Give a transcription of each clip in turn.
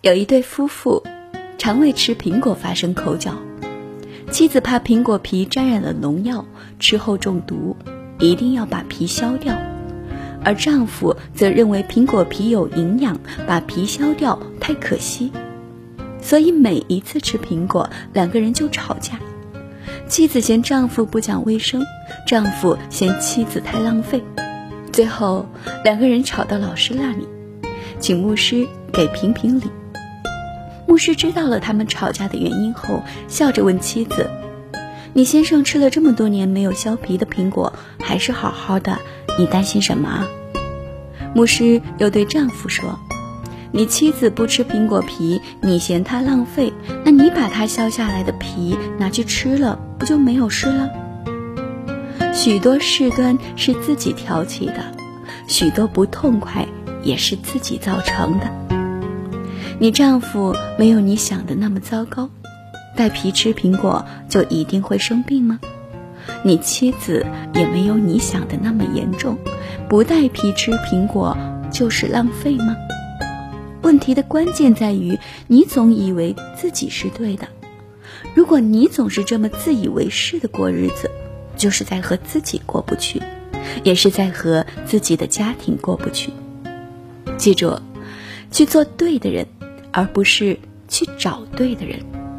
有一对夫妇常为吃苹果发生口角，妻子怕苹果皮沾染了农药，吃后中毒，一定要把皮削掉，而丈夫则认为苹果皮有营养，把皮削掉太可惜，所以每一次吃苹果，两个人就吵架。妻子嫌丈夫不讲卫生，丈夫嫌妻子太浪费，最后两个人吵到老师那里，请牧师给评评理。牧师知道了他们吵架的原因后，笑着问妻子：你先生吃了这么多年没有削皮的苹果，还是好好的，你担心什么啊？牧师又对丈夫说：你妻子不吃苹果皮，你嫌她浪费，那你把她削下来的皮拿去吃了，不就没有事了？许多事端是自己挑起的，许多不痛快也是自己造成的。你丈夫没有你想的那么糟糕，带皮吃苹果就一定会生病吗？你妻子也没有你想的那么严重，不带皮吃苹果就是浪费吗？问题的关键在于，你总以为自己是对的。如果你总是这么自以为是的过日子，就是在和自己过不去，也是在和自己的家庭过不去。记住，去做对的人，而不是去找对的人。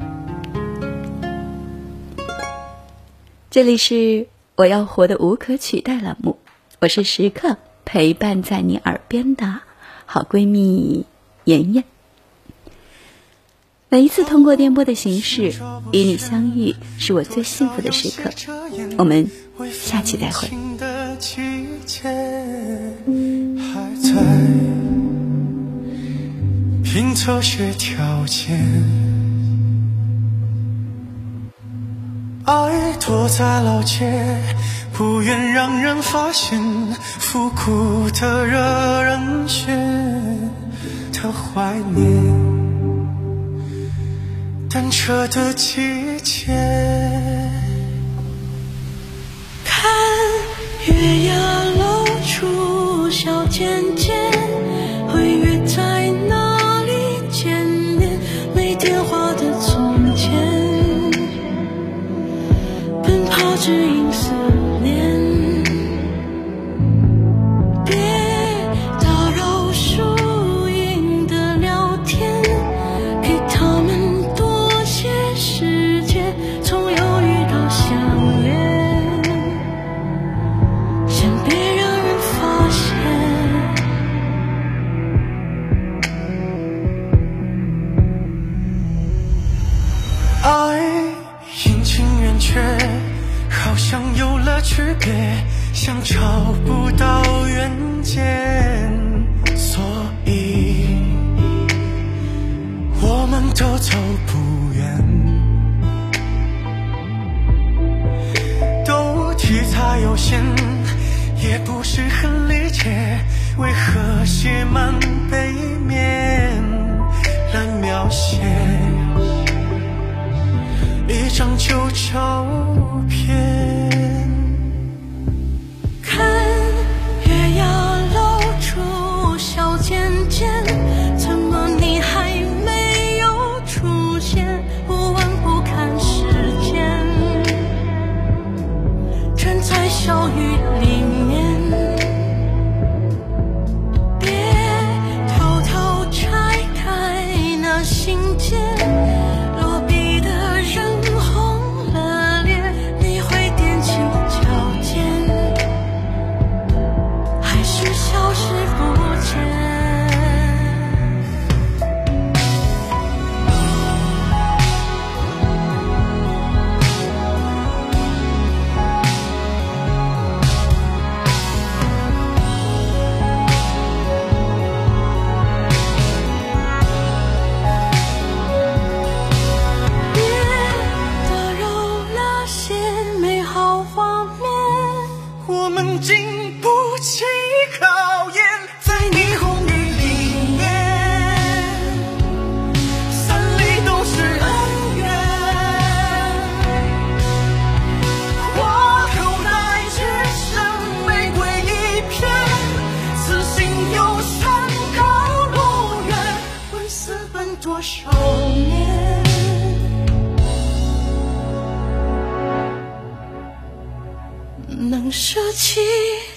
这里是我要活得无可取代栏目，我是时刻陪伴在你耳边的好闺蜜妍妍。每一次通过电波的形式与你相遇，是我最幸福的时刻。我们下期再会。 还在拼凑些条件，爱躲在老街，不愿让人发现，复古的惹人眩的怀念，单车的季节。 看月牙露出小尖尖，会约在哪里见面？没电话的从前，奔跑只因思念。别打扰树荫的聊天，给他们多些时间，从犹豫到相恋，先别让人发现。 爱阴晴圆缺，好像有了区别，像找不到原件，所以我们都走不远，都题材有限，也不是很理解为何写满背面来描写一张旧照片。 看月牙露出小尖尖，怎么你还没有出现？不问不看时间，站在小雨里面，别偷偷拆开那信件，落笔的人红了脸，你会踮起脚尖，还是消失不见？别打扰那些美好画面， 我们经不起考验，在霓虹雨里面，三里都是恩怨，我口袋只剩玫瑰一片，此心有山高路远，为私奔少年，能舍弃